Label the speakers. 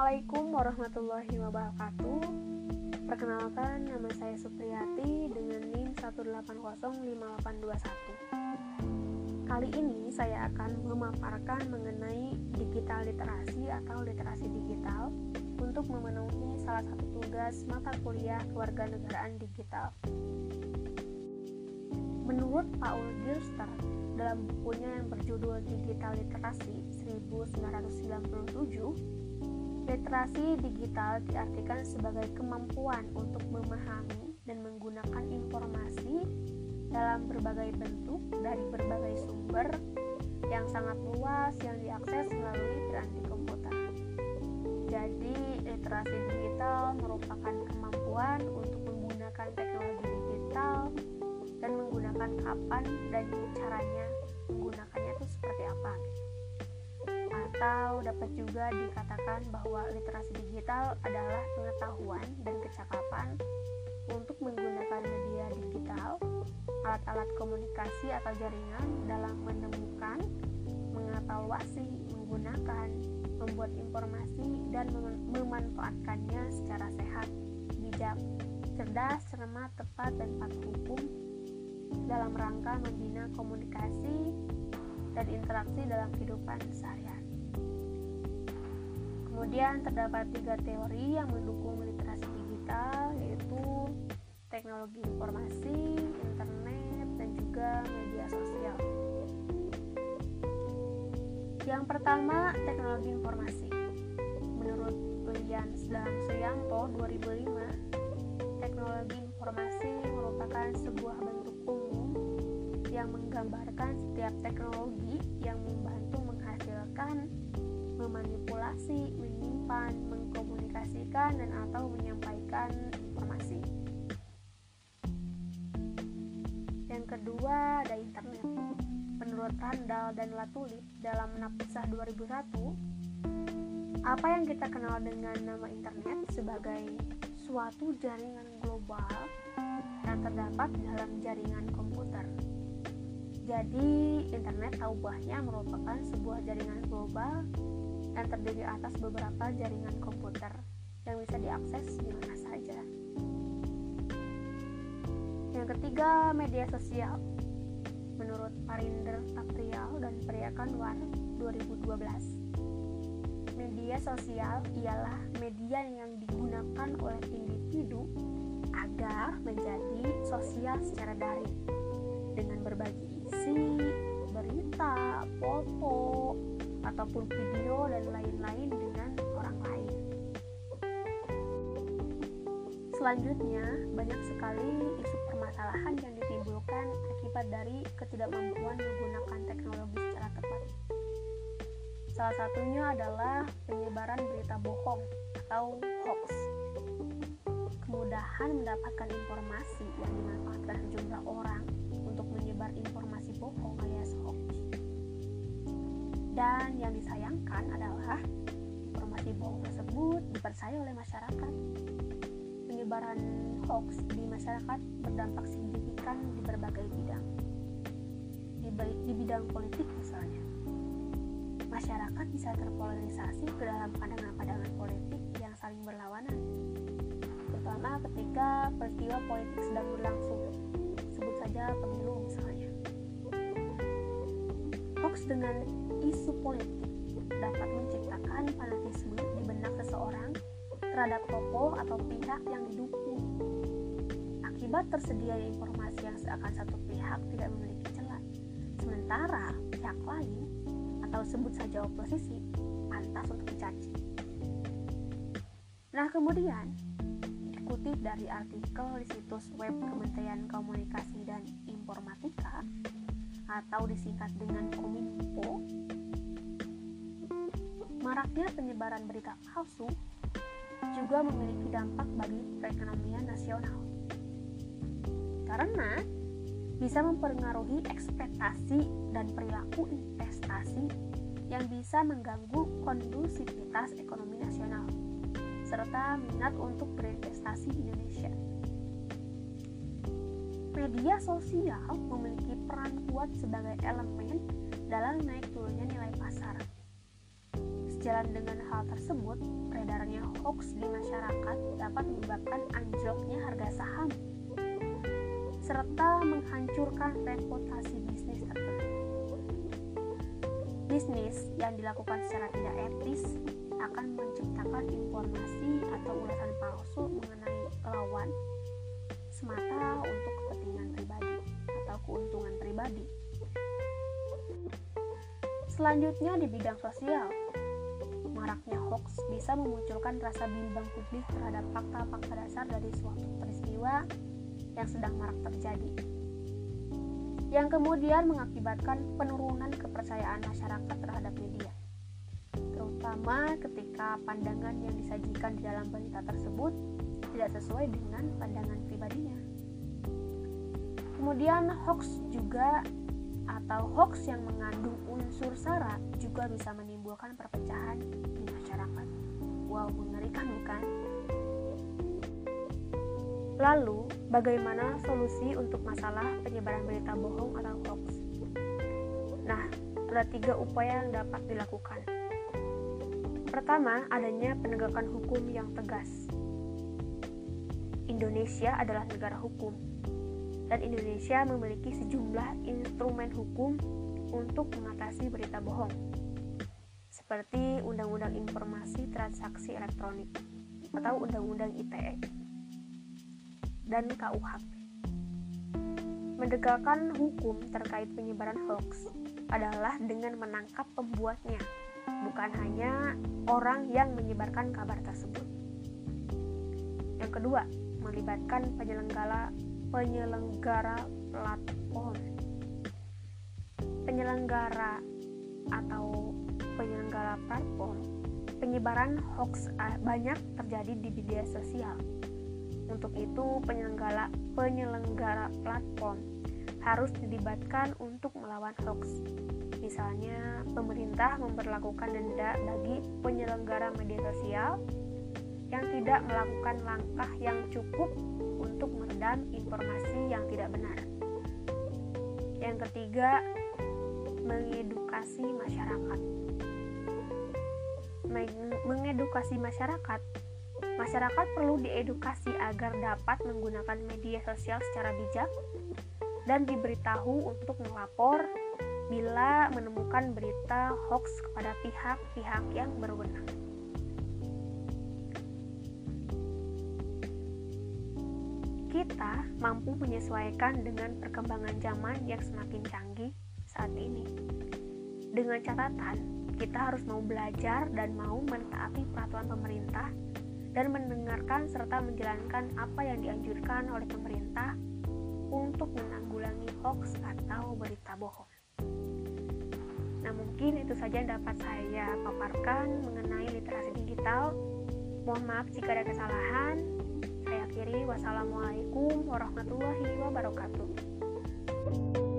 Speaker 1: Assalamualaikum warahmatullahi wabarakatuh. Perkenalkan, nama saya Supriyati dengan NIM 1805821. Kali ini saya akan memaparkan mengenai digital literasi atau literasi digital untuk memenuhi salah satu tugas mata kuliah kewarganegaraan digital. Menurut Paul Gilster, dalam bukunya yang berjudul Digital Literasi 1997, literasi digital diartikan sebagai kemampuan untuk memahami dan menggunakan informasi dalam berbagai bentuk dari berbagai sumber yang sangat luas yang diakses melalui piranti komputer. Jadi, literasi digital merupakan kemampuan untuk menggunakan teknologi digital dan menggunakan kapan dan caranya menggunakannya itu seperti apa. Atau dapat juga dikatakan bahwa literasi digital adalah pengetahuan dan kecakapan untuk menggunakan media digital, alat-alat komunikasi atau jaringan dalam menemukan, mengevaluasi, menggunakan, membuat informasi dan memanfaatkannya secara sehat, bijak, cerdas, cermat, tepat, dan patuh hukum dalam rangka membina komunikasi dan interaksi dalam kehidupan sehari-hari. Kemudian terdapat 3 teori yang mendukung literasi digital, yaitu teknologi informasi, internet, dan juga media sosial. Yang pertama, teknologi informasi. Menurut William Suyanto 2005, teknologi informasi merupakan sebuah bentuk umum yang menggambarkan setiap teknologi yang membantu menghasilkan, memanipulasi, menyimpan, mengkomunikasikan, dan atau menyampaikan informasi. Yang kedua, ada internet. Menurut Randall dan Latulip dalam Napsah 2001, apa yang kita kenal dengan nama internet sebagai suatu jaringan global yang terdapat dalam jaringan komputer. Jadi, internet tahu buahnya merupakan sebuah jaringan global yang terdiri atas beberapa jaringan komputer yang bisa diakses di mana saja. Yang ketiga, media sosial. Menurut Parinder Taprial dan Priya Kanwar 2012, media sosial ialah media yang digunakan oleh individu agar menjadi sosial secara daring dengan berbagi isi, berita, foto, ataupun video dan lain-lain dengan orang lain. Selanjutnya, banyak sekali isu permasalahan yang ditimbulkan akibat dari ketidakmampuan menggunakan teknologi secara tepat. Salah satunya adalah penyebaran berita bohong atau hoax. Kemudahan mendapatkan informasi yang dimanfaatkan sejumlah orang untuk menyebar informasi bohong alias hoax. Dan yang disayangkan adalah informasi bohong tersebut dipercaya oleh masyarakat. Penyebaran hoax di masyarakat berdampak signifikan di berbagai bidang. Di bidang politik misalnya, masyarakat bisa terpolarisasi ke dalam pandangan-pandangan politik yang saling berlawanan, terutama ketika peristiwa politik sedang berlangsung, sebut saja pemilu misalnya. Hoax dengan isu politik dapat menciptakan fanatisme di benak seseorang terhadap tokoh atau pihak yang didukung. Akibat tersedianya informasi yang seakan satu pihak tidak memiliki celah, sementara pihak lain atau sebut saja oposisi pantas untuk dicaci. Nah, kemudian dikutip dari artikel di situs web Kementerian Komunikasi dan Informatika atau disingkat dengan Kominfo, maraknya penyebaran berita palsu juga memiliki dampak bagi perekonomian nasional karena bisa mempengaruhi ekspektasi dan perilaku investasi yang bisa mengganggu kondusivitas ekonomi nasional serta minat untuk berinvestasi di Indonesia. Media sosial memiliki peran kuat sebagai elemen dalam naik turunnya nilai pasar. Sejalan dengan hal tersebut, beredarnya hoax di masyarakat dapat menyebabkan anjloknya harga saham serta menghancurkan reputasi bisnis tertentu. Bisnis yang dilakukan secara tidak etis akan menciptakan informasi atau ulasan palsu mengenai lawan semata untuk kepentingan pribadi atau keuntungan pribadi. Selanjutnya di bidang sosial, maraknya hoax bisa memunculkan rasa bimbang publik terhadap fakta-fakta dasar dari suatu peristiwa yang sedang marak terjadi, yang kemudian mengakibatkan penurunan kepercayaan masyarakat terhadap media, terutama ketika pandangan yang disajikan di dalam berita tersebut tidak sesuai dengan pandangan pribadinya. Kemudian hoax yang mengandung unsur sara juga bisa menimbulkan perpecahan di masyarakat. Wow, mengerikan bukan? Lalu, bagaimana solusi untuk masalah penyebaran berita bohong atau hoax? Nah, ada 3 upaya yang dapat dilakukan. Pertama, adanya penegakan hukum yang tegas. Indonesia adalah negara hukum, dan Indonesia memiliki sejumlah instrumen hukum untuk mengatasi berita bohong, seperti Undang-Undang Informasi Transaksi Elektronik atau Undang-Undang ITE dan KUHP. Menegakkan hukum terkait penyebaran hoax adalah dengan menangkap pembuatnya, bukan hanya orang yang menyebarkan kabar tersebut. Yang kedua, melibatkan penyelenggara platform. Penyelenggara platform penyebaran hoax banyak terjadi di media sosial. Untuk itu, penyelenggara platform harus dilibatkan untuk melawan hoax. Misalnya, pemerintah memberlakukan denda bagi penyelenggara media sosial yang tidak melakukan langkah yang cukup untuk meredam informasi yang tidak benar. Yang ketiga, mengedukasi masyarakat. Mengedukasi masyarakat perlu diedukasi agar dapat menggunakan media sosial secara bijak dan diberitahu untuk melapor bila menemukan berita hoax kepada pihak-pihak yang berwenang. Kita mampu menyesuaikan dengan perkembangan zaman yang semakin canggih saat ini. Dengan catatan, kita harus mau belajar dan mau mentaati peraturan pemerintah dan mendengarkan serta menjalankan apa yang dianjurkan oleh pemerintah untuk menanggulangi hoax atau berita bohong. Nah, mungkin itu saja yang dapat saya paparkan mengenai literasi digital. Mohon maaf jika ada kesalahan. Saya akhiri, wassalamualaikum warahmatullahi wabarakatuh.